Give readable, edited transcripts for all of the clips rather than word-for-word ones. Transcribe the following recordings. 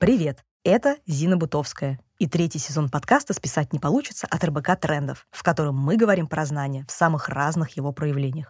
Привет! Это Зина Бутовская и 3-й сезон подкаста «Списать не получится» от РБК Трендов, в котором мы говорим про знания в самых разных его проявлениях.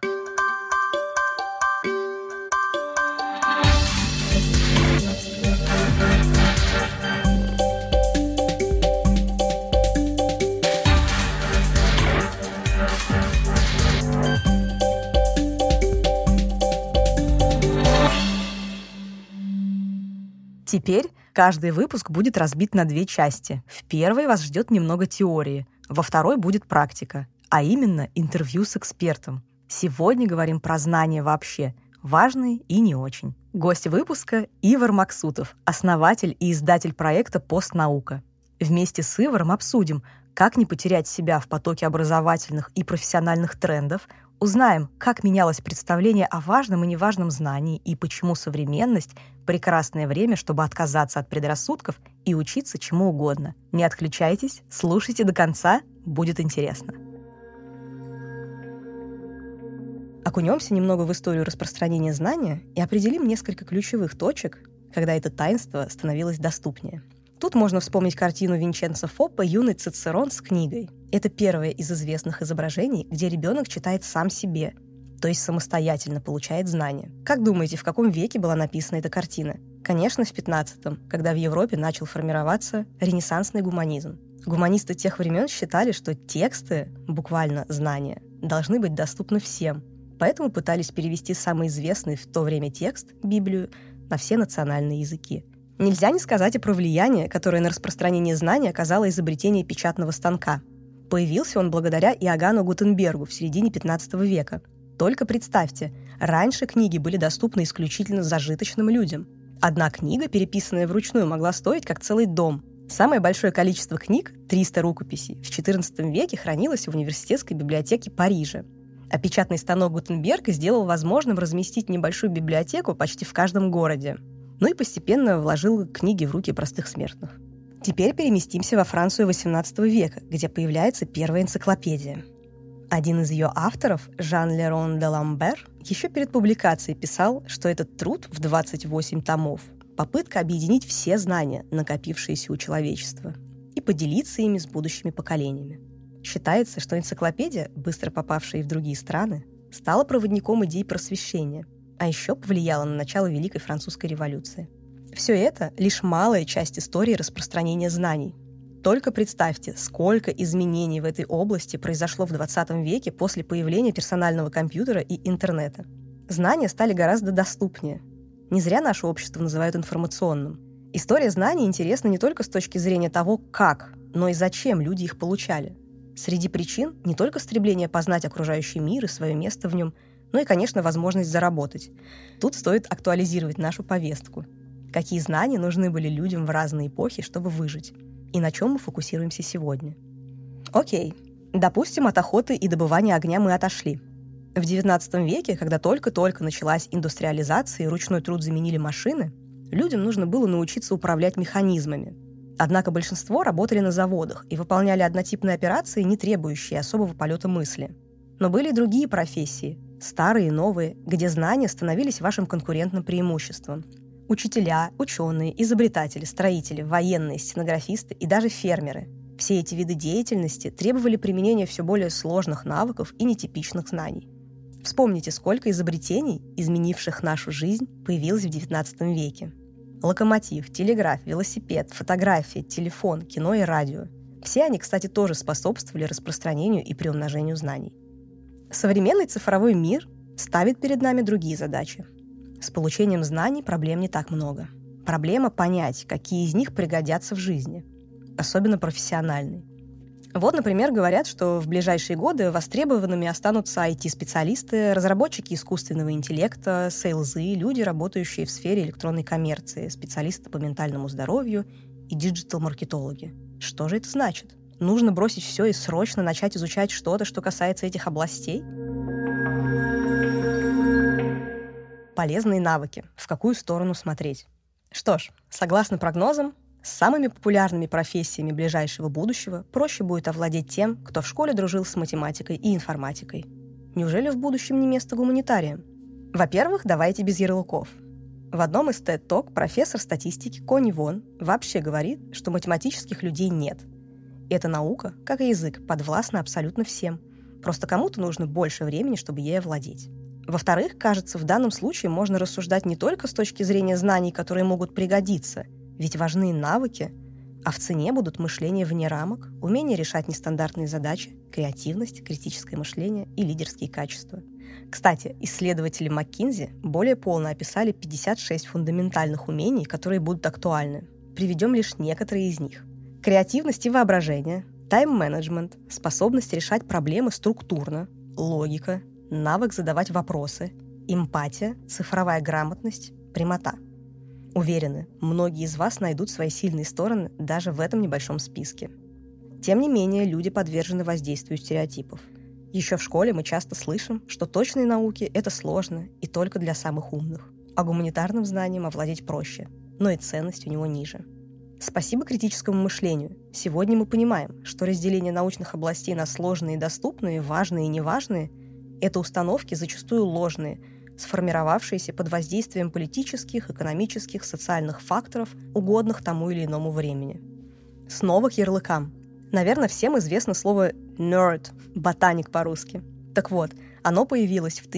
Теперь каждый выпуск будет разбит на 2 части. В первой вас ждет немного теории, во второй будет практика, а именно интервью с экспертом. Сегодня говорим про знания вообще, важные и не очень. Гость выпуска — Ивар Максутов, основатель и издатель проекта «Постнаука». Вместе с Иваром обсудим, как не потерять себя в потоке образовательных и профессиональных трендов, узнаем, как менялось представление о важном и неважном знании и почему современность — прекрасное время, чтобы отказаться от предрассудков и учиться чему угодно. Не отключайтесь, слушайте до конца, будет интересно. Окунемся немного в историю распространения знания и определим несколько ключевых точек, когда это таинство становилось доступнее. Тут можно вспомнить картину Винченцо Фоппа «Юный Цицерон» с книгой. Это первое из известных изображений, где ребенок читает сам себе, то есть самостоятельно получает знания. Как думаете, в каком веке была написана эта картина? Конечно, в 15-м, когда в Европе начал формироваться ренессансный гуманизм. Гуманисты тех времен считали, что тексты, буквально знания, должны быть доступны всем, поэтому пытались перевести самый известный в то время текст, Библию, на все национальные языки. Нельзя не сказать и про влияние, которое на распространение знаний оказало изобретение печатного станка. Появился он благодаря Иоганну Гутенбергу в середине 15 века. Только представьте, раньше книги были доступны исключительно зажиточным людям. Одна книга, переписанная вручную, могла стоить как целый дом. Самое большое количество книг, 300 рукописей, в XIV веке хранилось в университетской библиотеке Парижа. А печатный станок Гутенберга сделал возможным разместить небольшую библиотеку почти в каждом городе. Ну и постепенно вложил книги в руки простых смертных. Теперь переместимся во Францию XVIII века, где появляется первая энциклопедия. Один из ее авторов, Жан-Лерон де Ламбер, еще перед публикацией писал, что этот труд в 28 томов – попытка объединить все знания, накопившиеся у человечества, и поделиться ими с будущими поколениями. Считается, что энциклопедия, быстро попавшая и в другие страны, стала проводником идей просвещения, а еще повлияла на начало Великой Французской революции. Все это — лишь малая часть истории распространения знаний. Только представьте, сколько изменений в этой области произошло в 20 веке после появления персонального компьютера и интернета. Знания стали гораздо доступнее. Не зря наше общество называют информационным. История знаний интересна не только с точки зрения того, как, но и зачем люди их получали. Среди причин не только стремление познать окружающий мир и свое место в нем, но и, конечно, возможность заработать. Тут стоит актуализировать нашу повестку. Какие знания нужны были людям в разные эпохи, чтобы выжить? И на чем мы фокусируемся сегодня? Окей, допустим, от охоты и добывания огня мы отошли. В XIX веке, когда только-только началась индустриализация и ручной труд заменили машины, людям нужно было научиться управлять механизмами. Однако большинство работали на заводах и выполняли однотипные операции, не требующие особого полета мысли. Но были и другие профессии, старые и новые, где знания становились вашим конкурентным преимуществом. Учителя, ученые, изобретатели, строители, военные, стенографисты и даже фермеры. Все эти виды деятельности требовали применения все более сложных навыков и нетипичных знаний. Вспомните, сколько изобретений, изменивших нашу жизнь, появилось в XIX веке. Локомотив, телеграф, велосипед, фотография, телефон, кино и радио. Все они, кстати, тоже способствовали распространению и приумножению знаний. Современный цифровой мир ставит перед нами другие задачи. С получением знаний проблем не так много. Проблема понять, какие из них пригодятся в жизни, особенно профессиональной. Вот, например, говорят, что в ближайшие годы востребованными останутся IT-специалисты, разработчики искусственного интеллекта, сейлзы, люди, работающие в сфере электронной коммерции, специалисты по ментальному здоровью и диджитал-маркетологи. Что же это значит? Нужно бросить все и срочно начать изучать что-то, что касается этих областей? Полезные навыки. В какую сторону смотреть? Что ж, согласно прогнозам, с самыми популярными профессиями ближайшего будущего проще будет овладеть тем, кто в школе дружил с математикой и информатикой. Неужели в будущем не место гуманитариям? Во-первых, давайте без ярлыков. В одном из TED Talk профессор статистики Кони Вон вообще говорит, что математических людей нет. Эта наука, как и язык, подвластна абсолютно всем. Просто кому-то нужно больше времени, чтобы ей овладеть. Во-вторых, кажется, в данном случае можно рассуждать не только с точки зрения знаний, которые могут пригодиться, ведь важны навыки, а в цене будут мышление вне рамок, умение решать нестандартные задачи, креативность, критическое мышление и лидерские качества. Кстати, исследователи МcKinsey более полно описали 56 фундаментальных умений, которые будут актуальны. Приведем лишь некоторые из них. Креативность и воображение, тайм-менеджмент, способность решать проблемы структурно, логика, навык задавать вопросы, эмпатия, цифровая грамотность, прямота. Уверены, многие из вас найдут свои сильные стороны даже в этом небольшом списке. Тем не менее, люди подвержены воздействию стереотипов. Еще в школе мы часто слышим, что точные науки – это сложно и только для самых умных, а гуманитарным знанием овладеть проще, но и ценность у него ниже. Спасибо критическому мышлению. Сегодня мы понимаем, что разделение научных областей на сложные и доступные, важные и неважные – это установки зачастую ложные, сформировавшиеся под воздействием политических, экономических, социальных факторов, угодных тому или иному времени. Снова к ярлыкам. Наверное, всем известно слово «nerd», «ботаник» по-русски. Так вот, оно появилось в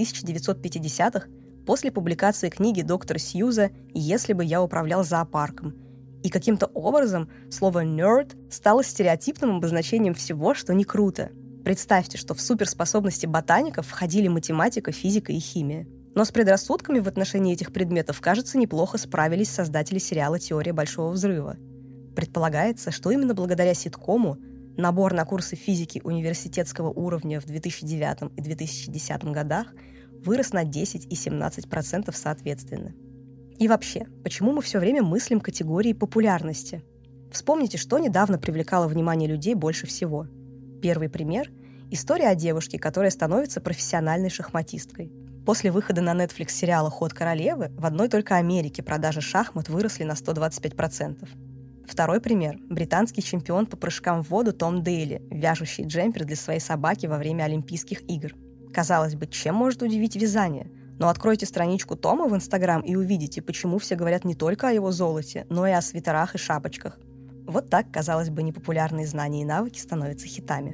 1950-х после публикации книги доктора Сьюза «Если бы я управлял зоопарком». И каким-то образом слово «nerd» стало стереотипным обозначением всего, что не круто. Представьте, что в суперспособности ботаников входили математика, физика и химия. Но с предрассудками в отношении этих предметов, кажется, неплохо справились создатели сериала «Теория большого взрыва». Предполагается, что именно благодаря ситкому набор на курсы физики университетского уровня в 2009 и 2010 годах вырос на 10 и 17% соответственно. И вообще, почему мы все время мыслим категорией популярности? Вспомните, что недавно привлекало внимание людей больше всего. Первый пример – история о девушке, которая становится профессиональной шахматисткой. После выхода на Netflix сериала «Ход королевы» в одной только Америке продажи шахмат выросли на 125%. Второй пример – британский чемпион по прыжкам в воду Том Дейли, вяжущий джемпер для своей собаки во время Олимпийских игр. Казалось бы, чем может удивить вязание? Но откройте страничку Тома в Инстаграм и увидите, почему все говорят не только о его золоте, но и о свитерах и шапочках. Вот так, казалось бы, непопулярные знания и навыки становятся хитами.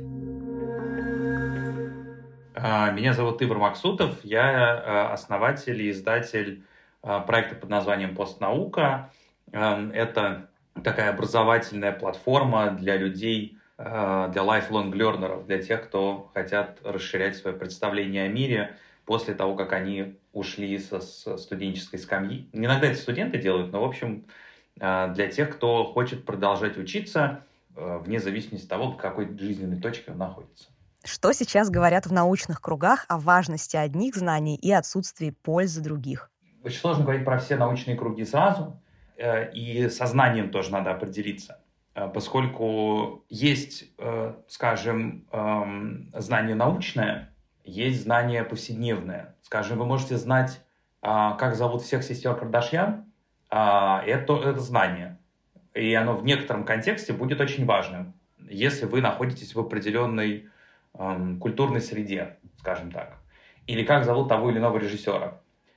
Меня зовут Ивар Максутов, я основатель и издатель проекта под названием «Постнаука». Это такая образовательная платформа для людей, для lifelong learners, для тех, кто хотят расширять свое представление о мире после того, как они ушли со студенческой скамьи. Иногда это студенты делают, но, в общем, для тех, кто хочет продолжать учиться, вне зависимости от того, в какой жизненной точке он находится. Что сейчас говорят в научных кругах о важности одних знаний и отсутствии пользы других? Очень сложно говорить про все научные круги сразу, и со знанием тоже надо определиться, поскольку есть, скажем, знание научное, есть знание повседневное. Скажем, вы можете знать, как зовут всех сестер Кардашьян, это знание, и оно в некотором контексте будет очень важным, если вы находитесь в определенной культурной среде, скажем так. Или как зовут того или иного режиссера.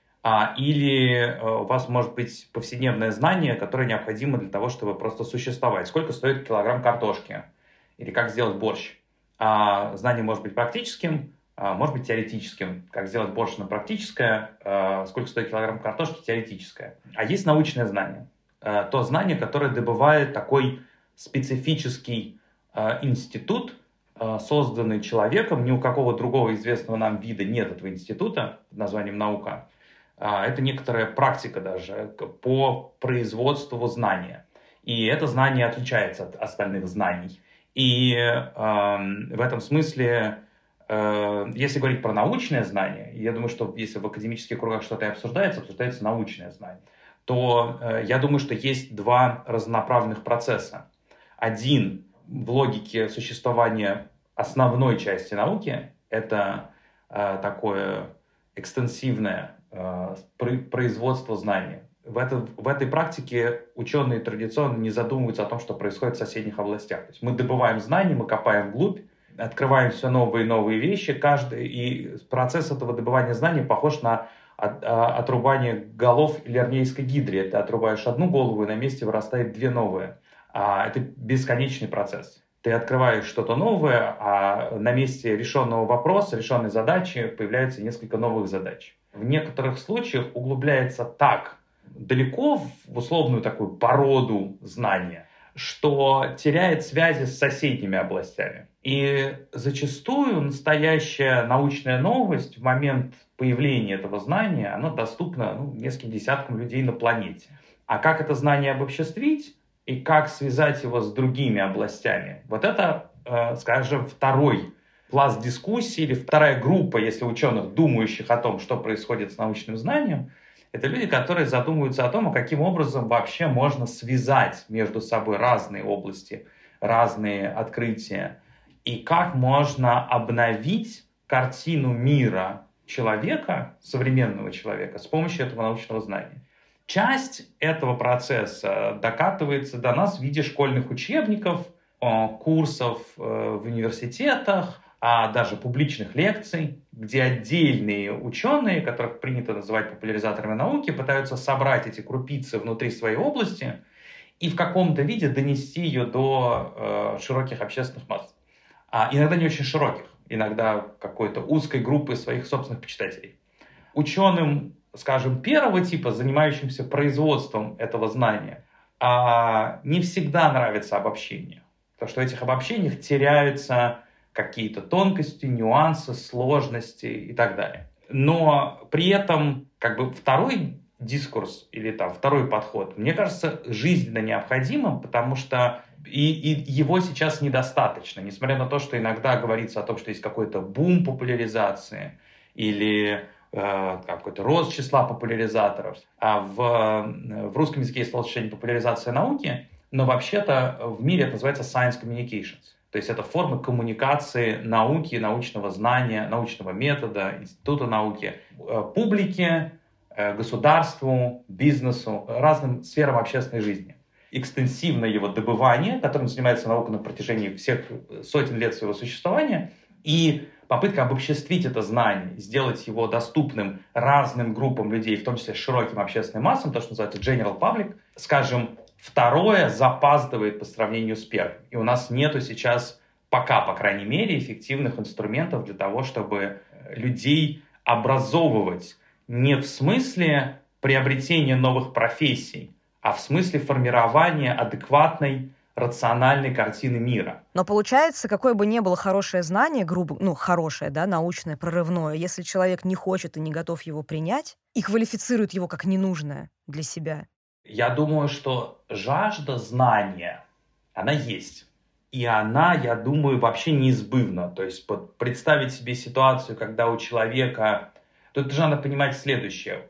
Или у вас может быть повседневное знание, которое необходимо для того, чтобы просто существовать. Сколько стоит килограмм картошки? Или как сделать борщ? Знание может быть практическим, может быть теоретическим. Как сделать борщ на практическое, сколько стоит килограмм картошки теоретическое. А есть научное знание. То знание, которое добывает такой специфический институт, созданный человеком, ни у какого другого известного нам вида нет этого института под названием наука. Это некоторая практика даже по производству знания. И это знание отличается от остальных знаний. И в этом смысле, если говорить про научное знание, я думаю, что если в академических кругах что-то и обсуждается научное знание, то я думаю, что есть два разнонаправленных процесса. Один в логике существования основной части науки – это такое экстенсивное производство знаний. В этой практике ученые традиционно не задумываются о том, что происходит в соседних областях. То есть мы добываем знания, мы копаем вглубь, открываем все новые и новые вещи. И процесс этого добывания знаний похож на отрубание голов лернейской гидре. Ты отрубаешь одну голову, и на месте вырастает две новые. Это бесконечный процесс. Ты открываешь что-то новое, а на месте решенного вопроса, решенной задачи появляется несколько новых задач. В некоторых случаях углубляется так далеко в условную такую породу знания, что теряет связи с соседними областями. И зачастую настоящая научная новость в момент появления этого знания, она доступна нескольким десяткам людей на планете. А как это знание обобществить и как связать его с другими областями? Вот это, скажем, второй пласт дискуссии или вторая группа, если ученых, думающих о том, что происходит с научным знанием, это люди, которые задумываются о том, каким образом вообще можно связать между собой разные области, разные открытия, и как можно обновить картину мира человека, современного человека, с помощью этого научного знания. Часть этого процесса докатывается до нас в виде школьных учебников, курсов в университетах, а даже публичных лекций, где отдельные ученые, которых принято называть популяризаторами науки, пытаются собрать эти крупицы внутри своей области и в каком-то виде донести ее до широких общественных масс. Иногда не очень широких, иногда какой-то узкой группы своих собственных почитателей. Ученым, скажем, первого типа, занимающимся производством этого знания, не всегда нравится обобщение. Потому что в этих обобщениях теряются какие-то тонкости, нюансы, сложности и так далее. Но при этом второй дискурс или второй подход, мне кажется, жизненно необходимым, потому что и его сейчас недостаточно. Несмотря на то, что иногда говорится о том, что есть какой-то бум популяризации или какой-то рост числа популяризаторов. В русском языке есть словосочетание «популяризация науки», но вообще-то в мире это называется science communications. То есть это формы коммуникации науки, научного знания, научного метода, института науки, публике, государству, бизнесу, разным сферам общественной жизни. Экстенсивное его добывание, которым занимается наука на протяжении всех сотен лет своего существования, и попытка обобществить это знание, сделать его доступным разным группам людей, в том числе широким общественным массам, то, что называется general public, скажем, второе запаздывает по сравнению с первым. И у нас нету сейчас пока, по крайней мере, эффективных инструментов для того, чтобы людей образовывать не в смысле приобретения новых профессий, а в смысле формирования адекватной, рациональной картины мира. Но получается, какое бы ни было хорошее знание, хорошее, научное, прорывное, если человек не хочет и не готов его принять, и квалифицирует его как ненужное для себя. Я думаю, что жажда знания, она есть. И она, я думаю, вообще неизбывна. То есть представить себе ситуацию, когда у человека... Тут же надо понимать следующее.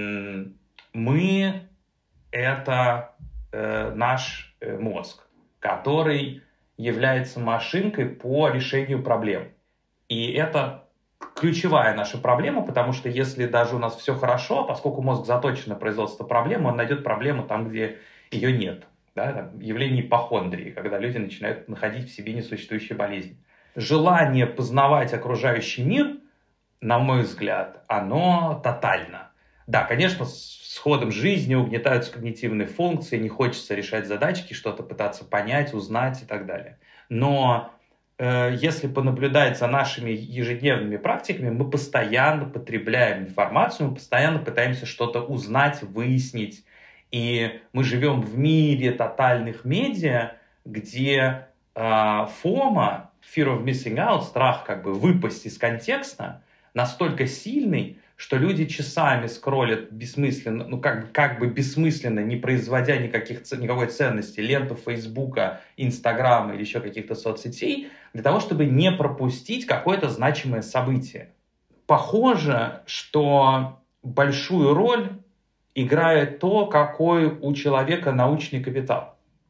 Мы — это наш мозг, который является машинкой по решению проблем. И это ключевая наша проблема, потому что если даже у нас все хорошо, поскольку мозг заточен на производство проблем, он найдет проблему там, где ее нет. Явление ипохондрии, когда люди начинают находить в себе несуществующие болезни. Желание познавать окружающий мир, на мой взгляд, оно тотально. Да, конечно, с ходом жизни угнетаются когнитивные функции, не хочется решать задачки, что-то пытаться понять, узнать и так далее. Но если понаблюдать за нашими ежедневными практиками, мы постоянно потребляем информацию, мы постоянно пытаемся что-то узнать, выяснить. И мы живем в мире тотальных медиа, где FOMO, Fear of Missing Out, страх выпасть из контекста, настолько сильный, что люди часами скроллят бессмысленно, бессмысленно, не производя никакой ценности, ленту Фейсбука, Инстаграма или еще каких-то соцсетей, для того, чтобы не пропустить какое-то значимое событие. Похоже, что большую роль играет то, какой у человека научный капитал.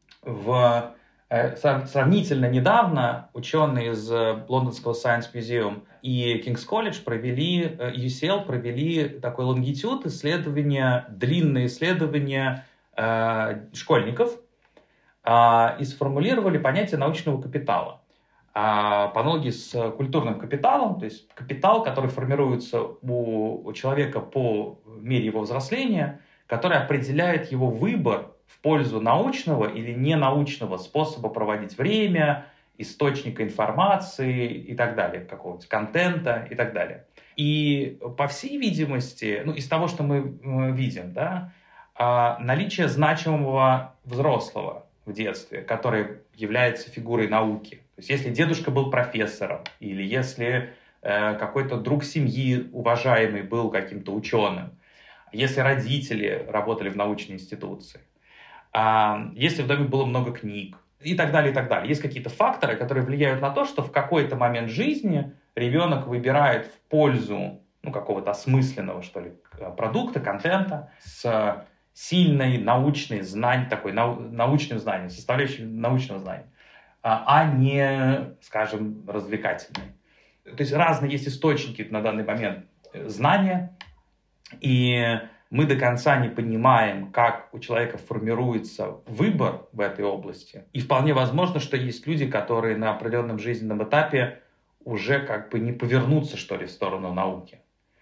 Сравнительно недавно ученые из Лондонского Science Museum и King's College UCL провели такой лонгитюд длинное исследование школьников и сформулировали понятие научного капитала. по аналогии с культурным капиталом, то есть капитал, который формируется у человека по мере его взросления, который определяет его выбор в пользу научного или ненаучного способа проводить время, источника информации и так далее, какого-то контента и так далее. И по всей видимости, из того, что мы видим, да, наличие значимого взрослого в детстве, который является фигурой науки. То есть если дедушка был профессором, или если какой-то друг семьи уважаемый был каким-то ученым, если родители работали в научной институции, если в доме было много книг, и так далее, и так далее. Есть какие-то факторы, которые влияют на то, что в какой-то момент жизни ребенок выбирает в пользу какого-то осмысленного, что ли, продукта, контента с сильной научной знанием, такой научным знанием, составляющей научного знания, а не, скажем, развлекательной. То есть разные есть источники на данный момент знания, и мы до конца не понимаем, как у человека формируется выбор в этой области. И вполне возможно, что есть люди, которые на определенном жизненном этапе уже как бы не повернутся, что ли, в сторону науки.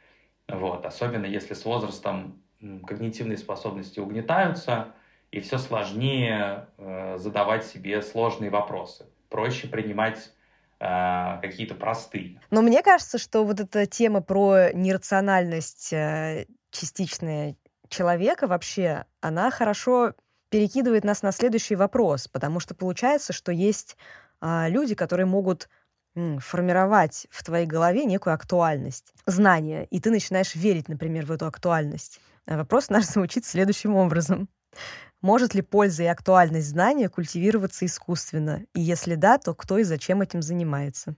Особенно если с возрастом когнитивные способности угнетаются, и все сложнее задавать себе сложные вопросы. Проще принимать какие-то простые. Но мне кажется, что вот эта тема про нерациональность частичная человека вообще, она хорошо перекидывает нас на следующий вопрос, потому что получается, что есть люди, которые могут формировать в твоей голове некую актуальность, знания, и ты начинаешь верить, например, в эту актуальность. Вопрос наш звучит следующим образом. Может ли польза и актуальность знания культивироваться искусственно? И если да, то кто и зачем этим занимается?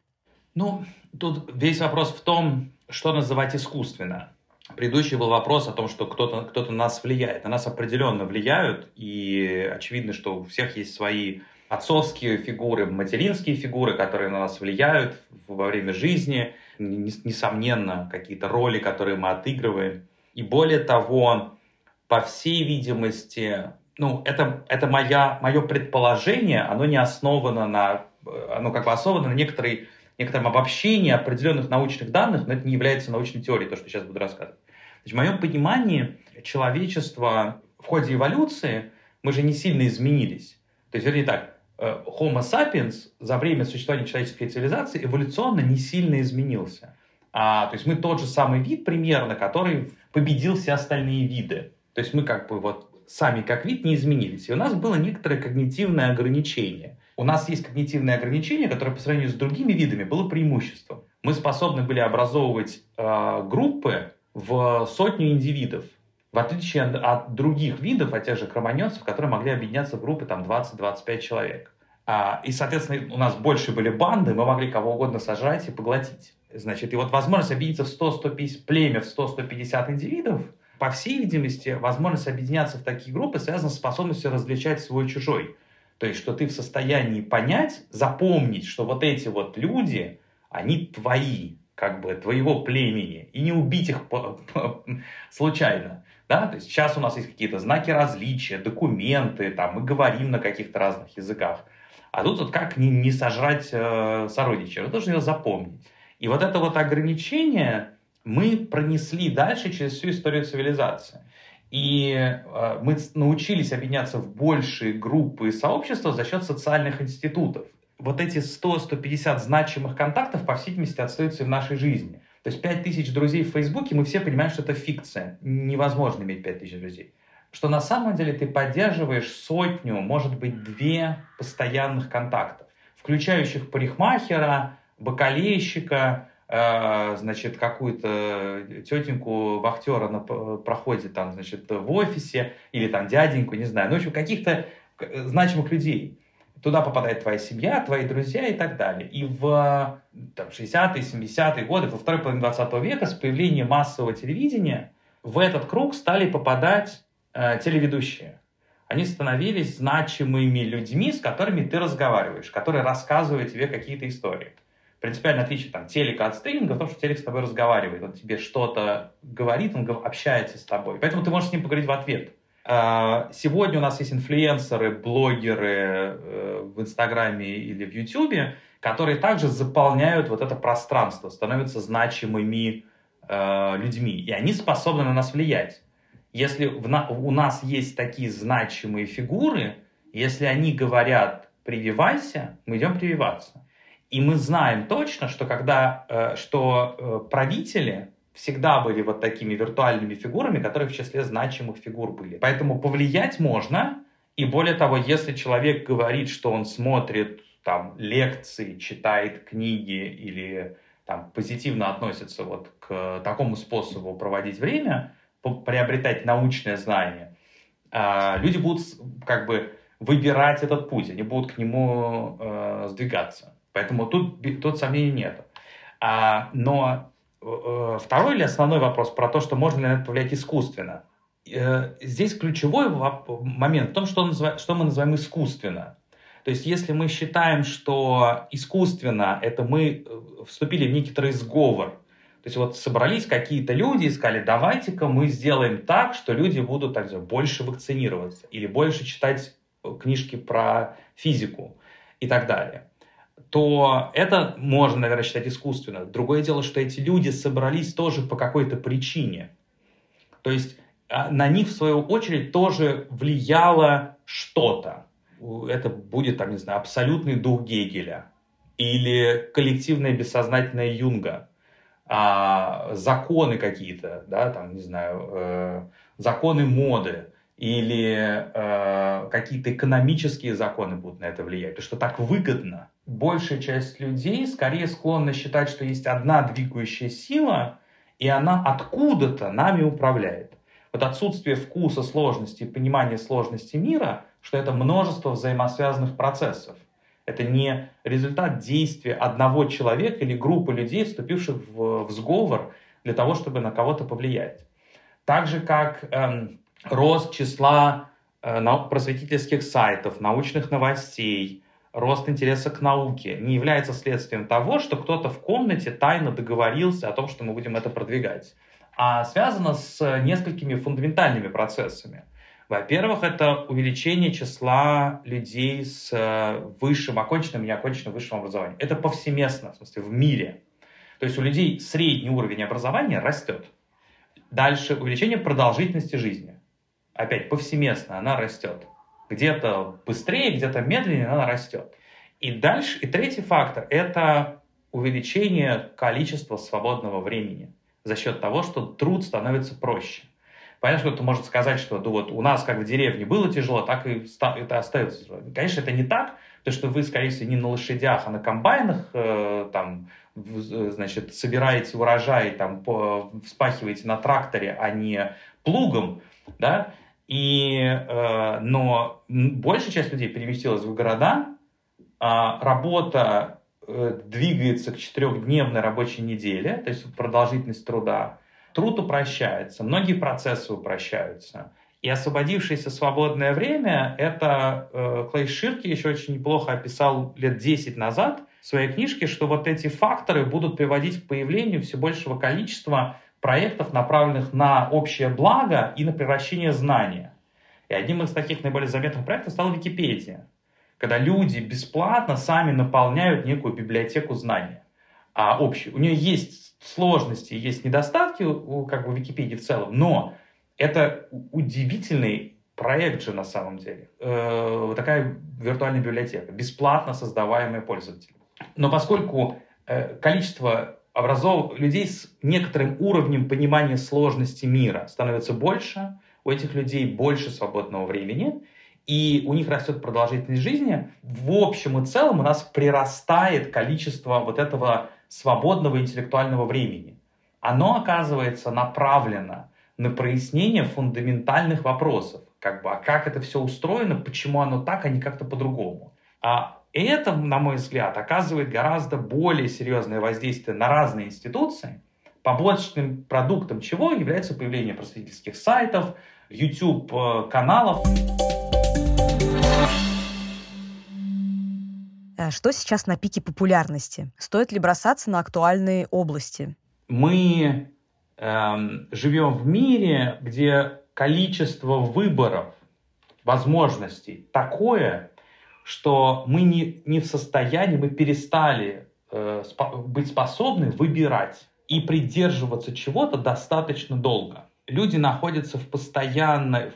Тут весь вопрос в том, что называть искусственно. Предыдущий был вопрос о том, что кто-то на нас влияет. На нас определенно влияют, и очевидно, что у всех есть свои отцовские фигуры, материнские фигуры, которые на нас влияют во время жизни. Несомненно, какие-то роли, которые мы отыгрываем. И более того, по всей видимости, это мое предположение, оно не основано основано на некотором обобщении определенных научных данных, но это не является научной теорией, то, что сейчас буду рассказывать. То есть, в моем понимании, человечество в ходе эволюции, мы же не сильно изменились. То есть, вернее так, Homo sapiens за время существования человеческой цивилизации эволюционно не сильно изменился. То есть мы тот же самый вид примерно, который победил все остальные виды. То есть мы сами как вид не изменились. И у нас было некоторое когнитивное ограничение. У нас есть когнитивное ограничение, которое по сравнению с другими видами было преимуществом. Мы способны были образовывать группы в сотню индивидов. В отличие от других видов, от тех же кроманьонцев, которые могли объединяться в группы 20-25 человек. И, соответственно, у нас больше были банды, мы могли кого угодно сожрать и поглотить. Значит, и возможность объединиться в 100-150 племя, в 100-150 индивидов, по всей видимости, возможность объединяться в такие группы связана с способностью различать свой-чужой. То есть, что ты в состоянии понять, запомнить, что вот эти вот люди, они твои, твоего племени, и не убить их случайно. Да? То есть сейчас у нас есть какие-то знаки различия, документы, мы говорим на каких-то разных языках. А тут как не сожрать сородича, вы должны его запомнить. И вот это вот ограничение мы пронесли дальше через всю историю цивилизации. И мы научились объединяться в большие группы и сообщества за счет социальных институтов. Вот эти 100-150 значимых контактов, по всей видимости, остаются и в нашей жизни. То есть 5000 друзей в Фейсбуке, мы все понимаем, что это фикция. Невозможно иметь 5000 друзей. Что на самом деле ты поддерживаешь 100, может быть, 2 постоянных контактов, включающих парикмахера, бакалейщика, какую-то тетеньку-вахтера на проходе в офисе, или дяденьку, не знаю, в общем, каких-то значимых людей. Туда попадает твоя семья, твои друзья и так далее. И в 60-е, 70-е годы, во второй половине 20 века, с появлением массового телевидения, в этот круг стали попадать телеведущие. Они становились значимыми людьми, с которыми ты разговариваешь, которые рассказывают тебе какие-то истории. Принципиальное отличие телека от стриминга в том, что телек с тобой разговаривает. Он тебе что-то говорит, он общается с тобой. Поэтому ты можешь с ним поговорить в ответ. Сегодня у нас есть инфлюенсеры, блогеры в Инстаграме или в Ютубе, которые также заполняют вот это пространство, становятся значимыми людьми, и они способны на нас влиять. Если у нас есть такие значимые фигуры, если они говорят «прививайся», мы идем прививаться. И мы знаем точно, что правители всегда были вот такими виртуальными фигурами, которые в числе значимых фигур были. Поэтому повлиять можно, и более того, если человек говорит, что он смотрит там лекции, читает книги или там позитивно относится вот к такому способу проводить время, приобретать научное знание, люди будут как бы выбирать этот путь, они будут к нему сдвигаться. Поэтому тут сомнений нет. Но второй или основной вопрос про то, что можно ли на это повлиять искусственно. Здесь ключевой момент в том, что мы называем искусственно. То есть если мы считаем, что искусственно это мы вступили в некоторый сговор, то есть вот собрались какие-то люди и сказали, давайте-ка мы сделаем так, что люди будут так сказать, больше вакцинироваться или больше читать книжки про физику и так далее, то это можно, наверное, считать искусственно. Другое дело, что эти люди собрались тоже по какой-то причине. То есть на них, в свою очередь, тоже влияло что-то. Это будет, там, не знаю, абсолютный дух Гегеля или коллективное бессознательное Юнга. Законы какие-то, да, там, не знаю, законы моды или какие-то экономические законы будут на это влиять, потому что так выгодно. Большая часть людей скорее склонна считать, что есть одна двигающая сила, и она откуда-то нами управляет. Вот отсутствие вкуса сложности и понимания сложности мира, что это множество взаимосвязанных процессов. Это не результат действия одного человека или группы людей, вступивших в сговор для того, чтобы на кого-то повлиять. Так же, как рост числа просветительских сайтов, научных новостей, рост интереса к науке не является следствием того, что кто-то в комнате тайно договорился о том, что мы будем это продвигать, а связано с несколькими фундаментальными процессами. Во-первых, это увеличение числа людей с высшим, оконченным и неоконченным высшим образованием. Это повсеместно, в смысле, в мире. То есть у людей средний уровень образования растет. Дальше увеличение продолжительности жизни. Опять повсеместно она растет. Где-то быстрее, где-то медленнее, она растет. И дальше, и третий фактор – это увеличение количества свободного времени за счет того, что труд становится проще. Понятно, что кто-то может сказать, что ну, вот у нас как в деревне было тяжело, так и это остается тяжело. Конечно, это не так, потому что вы, скорее всего, не на лошадях, а на комбайнах там, значит, собираете урожай, там, вспахиваете на тракторе, а не плугом, да? Но большая часть людей переместилась в города, работа двигается к 4-дневной рабочей неделе, то есть продолжительность труда, труд упрощается, многие процессы упрощаются. И освободившееся свободное время, это Клей Ширки еще очень неплохо описал лет 10 назад в своей книжке, что вот эти факторы будут приводить к появлению все большего количества проектов, направленных на общее благо и на превращение знания. И одним из таких наиболее заметных проектов стала Википедия, когда люди бесплатно сами наполняют некую библиотеку знания общую. У нее есть сложности, есть недостатки у Википедии в целом, но это удивительный проект же на самом деле. Такая виртуальная библиотека, бесплатно создаваемая пользователями. Но поскольку количество людей с некоторым уровнем понимания сложности мира становится больше, у этих людей больше свободного времени, и у них растет продолжительность жизни, в общем и целом у нас прирастает количество вот этого свободного интеллектуального времени. Оно оказывается направлено на прояснение фундаментальных вопросов. Как это все устроено, почему оно так, а не как-то по-другому. И это, на мой взгляд, оказывает гораздо более серьезное воздействие на разные институции, побочным продуктом чего является появление просветительских сайтов, YouTube-каналов. Что сейчас на пике популярности? Стоит ли бросаться на актуальные области? Мы живем в мире, где количество выборов, возможностей такое, что мы не в состоянии, мы перестали быть способны выбирать и придерживаться чего-то достаточно долго. Люди находятся в постоянном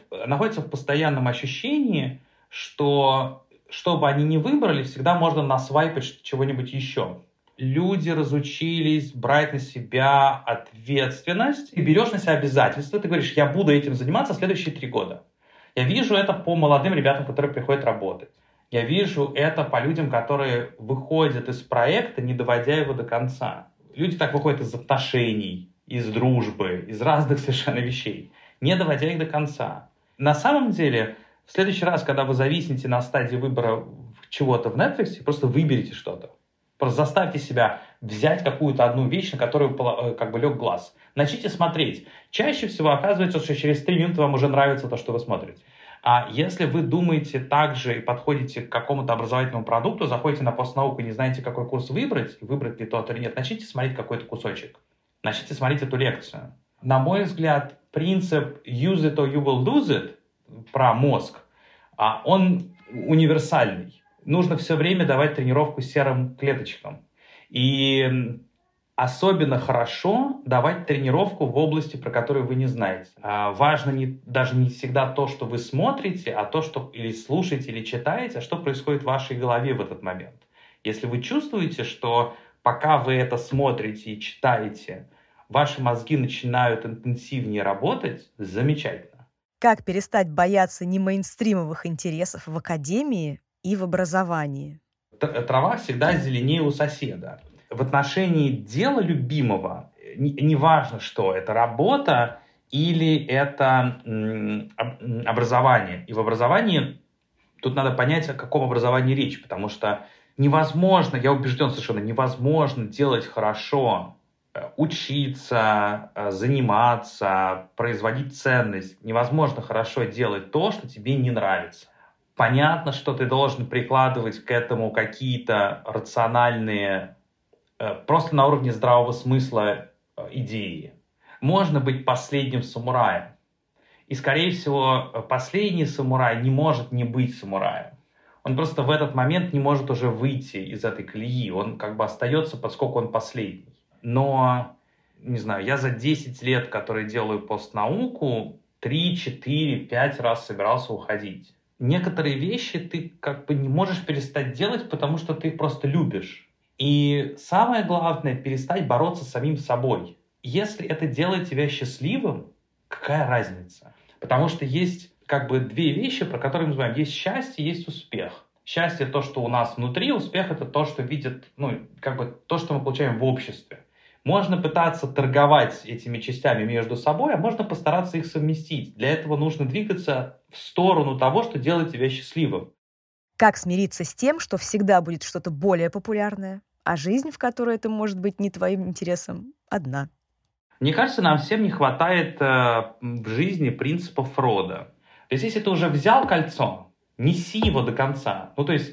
ощущении, что бы они ни выбрали, всегда можно насвайпать чего-нибудь еще. Люди разучились брать на себя ответственность. Ты берешь на себя обязательства, ты говоришь, я буду этим заниматься следующие 3 года. Я вижу это по молодым ребятам, которые приходят работать. Я вижу это по людям, которые выходят из проекта, не доводя его до конца. Люди так выходят из отношений, из дружбы, из разных совершенно вещей, не доводя их до конца. На самом деле, в следующий раз, когда вы зависнете на стадии выбора чего-то в Netflix, просто выберите что-то. Просто заставьте себя взять какую-то одну вещь, на которую как бы лег глаз. Начните смотреть. Чаще всего оказывается, что через 3 минуты вам уже нравится то, что вы смотрите. А если вы думаете так же и подходите к какому-то образовательному продукту, заходите на постнауку и не знаете, какой курс выбрать ли тот или нет, начните смотреть какой-то кусочек. Начните смотреть эту лекцию. На мой взгляд, принцип use it or you will lose it про мозг, он универсальный. Нужно все время давать тренировку серым клеточкам. И особенно хорошо давать тренировку в области, про которую вы не знаете. Важно даже не всегда то, что вы смотрите, а то, что или слушаете, или читаете, а что происходит в вашей голове в этот момент. Если вы чувствуете, что пока вы это смотрите и читаете, ваши мозги начинают интенсивнее работать, замечательно. Как перестать бояться немейнстримовых интересов в академии и в образовании? Трава всегда зеленее у соседа. В отношении дела любимого, неважно что, это работа или это образование. И в образовании тут надо понять, о каком образовании речь, потому что невозможно, я убежден совершенно, невозможно делать хорошо, учиться, заниматься, производить ценность. Невозможно хорошо делать то, что тебе не нравится. Понятно, что ты должен прикладывать к этому какие-то рациональные, просто на уровне здравого смысла идеи. Можно быть последним самураем. И, скорее всего, последний самурай не может не быть самураем. Он просто в этот момент не может уже выйти из этой колеи. Он как бы остается, поскольку он последний. Но, не знаю, я за 10 лет, которые делаю постнауку, 3, 4, 5 раз собирался уходить. Некоторые вещи ты как бы не можешь перестать делать, потому что ты их просто любишь. И самое главное — перестать бороться с самим собой. Если это делает тебя счастливым, какая разница? Потому что есть как бы 2 вещи, про которые мы называем. Есть счастье, есть успех. Счастье — то, что у нас внутри, успех — это то, что видит, как бы то, что мы получаем в обществе. Можно пытаться торговать этими частями между собой, а можно постараться их совместить. Для этого нужно двигаться в сторону того, что делает тебя счастливым. Как смириться с тем, что всегда будет что-то более популярное, а жизнь, в которой это может быть не твоим интересом, одна? Мне кажется, нам всем не хватает в жизни принципа Фрода. То есть, если ты уже взял кольцо, неси его до конца. То есть,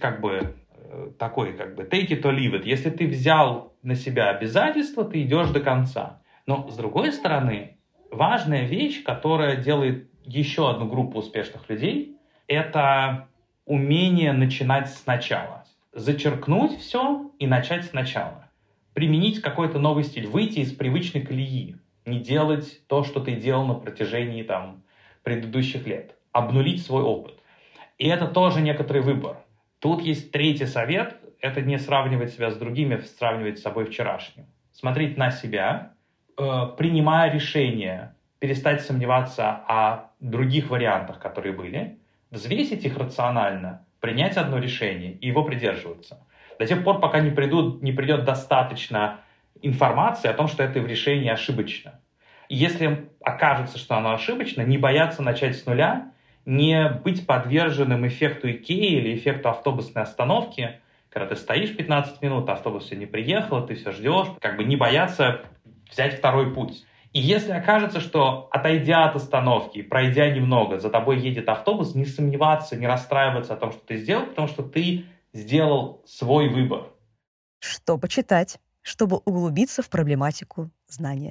такой, take it or leave it. Если ты взял на себя обязательства, ты идешь до конца. Но, с другой стороны, важная вещь, которая делает еще одну группу успешных людей, это умение начинать сначала. Зачеркнуть все и начать сначала. Применить какой-то новый стиль, выйти из привычной колеи. Не делать то, что ты делал на протяжении предыдущих лет. Обнулить свой опыт. И это тоже некоторый выбор. Тут есть 3-й совет. Это не сравнивать себя с другими, а сравнивать с собой вчерашним. Смотреть на себя, принимая решение, перестать сомневаться о других вариантах, которые были, взвесить их рационально, принять одно решение и его придерживаться. До тех пор, пока не придет достаточно информации о том, что это решение ошибочно. И если окажется, что оно ошибочно, не бояться начать с нуля, не быть подверженным эффекту Икеи или эффекту автобусной остановки, когда ты стоишь 15 минут, автобус все не приехал, ты все ждешь, не бояться взять второй путь. И если окажется, что отойдя от остановки, пройдя немного, за тобой едет автобус, не сомневаться, не расстраиваться о том, что ты сделал, потому что ты сделал свой выбор. Что почитать, чтобы углубиться в проблематику знания?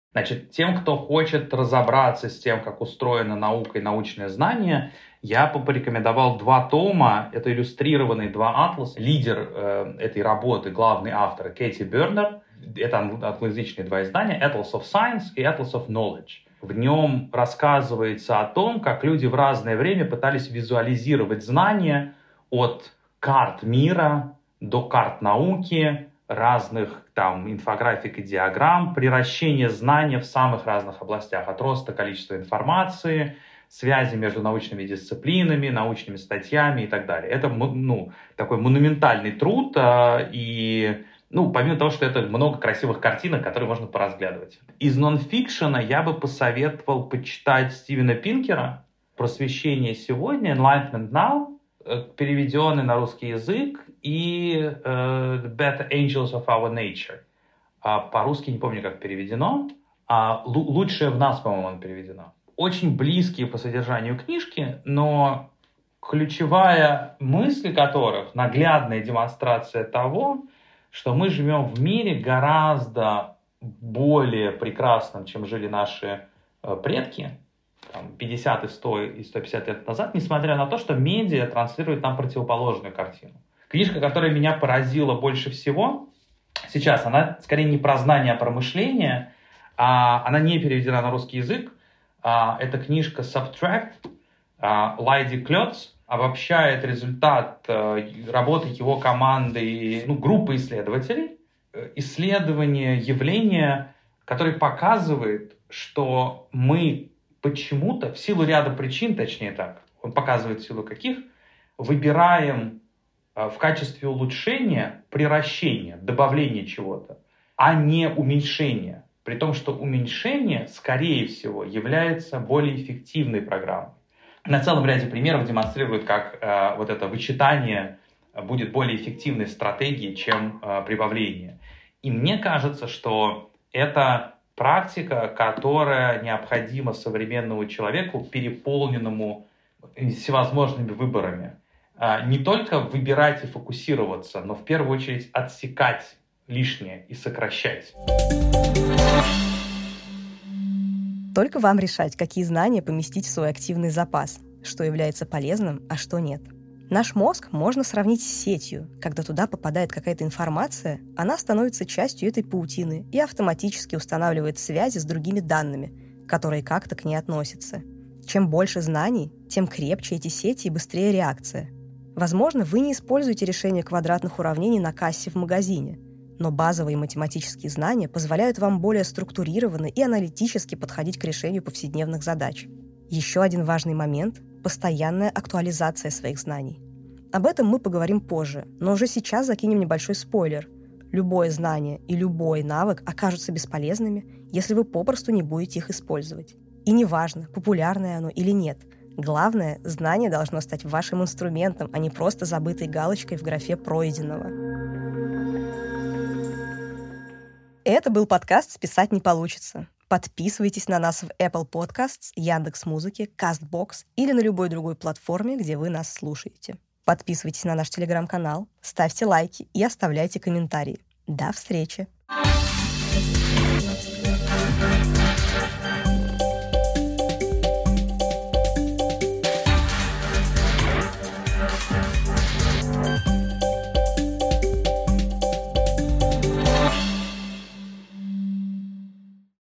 Значит, тем, кто хочет разобраться с тем, как устроена наука и научное знание, я бы порекомендовал 2 тома. Это иллюстрированные 2 атласа. Лидер этой работы, главный автор Кэти Бернер. Это англоязычные 2 издания. Atlas of Science и Atlas of Knowledge. В нем рассказывается о том, как люди в разное время пытались визуализировать знания от карт мира до карт науки, разных там инфографик и диаграмм, приращение знания в самых разных областях, от роста количества информации, связи между научными дисциплинами, научными статьями и так далее. Это такой монументальный труд, и помимо того, что это много красивых картинок, которые можно поразглядывать. Из нонфикшена я бы посоветовал почитать Стивена Пинкера «Просвещение сегодня», Enlightenment Now, переведенный на русский язык, и The Better Angels of Our Nature. По-русски не помню, как переведено. «Лучшее в нас», по-моему, переведено. Очень близкие по содержанию книжки, но ключевая мысль которых, наглядная демонстрация того, что мы живем в мире гораздо более прекрасном, чем жили наши предки, 50 и 100 и 150 лет назад, несмотря на то, что медиа транслирует нам противоположную картину. Книжка, которая меня поразила больше всего сейчас, она скорее не про знание, а про мышление. Она не переведена на русский язык. Это книжка «Subtract» Лайди Клёц. Обобщает результат работы его команды, группы исследователей, исследование явления, которое показывает, что мы почему-то, в силу ряда причин, точнее так, он показывает в силу каких, выбираем в качестве улучшения приращение, добавление чего-то, а не уменьшение. При том, что уменьшение, скорее всего, является более эффективной программой. На целом ряде примеров демонстрирует, как это вычитание будет более эффективной стратегией, чем прибавление. И мне кажется, что это практика, которая необходима современному человеку, переполненному всевозможными выборами. Не только выбирать и фокусироваться, но в первую очередь отсекать лишнее и сокращать. Только вам решать, какие знания поместить в свой активный запас, что является полезным, а что нет. Наш мозг можно сравнить с сетью. Когда туда попадает какая-то информация, она становится частью этой паутины и автоматически устанавливает связи с другими данными, которые как-то к ней относятся. Чем больше знаний, тем крепче эти сети и быстрее реакция. Возможно, вы не используете решение квадратных уравнений на кассе в магазине, но базовые математические знания позволяют вам более структурированно и аналитически подходить к решению повседневных задач. Еще один важный момент – постоянная актуализация своих знаний. Об этом мы поговорим позже, но уже сейчас закинем небольшой спойлер. Любое знание и любой навык окажутся бесполезными, если вы попросту не будете их использовать. И неважно, популярное оно или нет. Главное, знание должно стать вашим инструментом, а не просто забытой галочкой в графе пройденного. Это был подкаст «Списать не получится». Подписывайтесь на нас в Apple Podcasts, Яндекс.Музыке, Castbox или на любой другой платформе, где вы нас слушаете. Подписывайтесь на наш телеграм-канал, ставьте лайки и оставляйте комментарии. До встречи!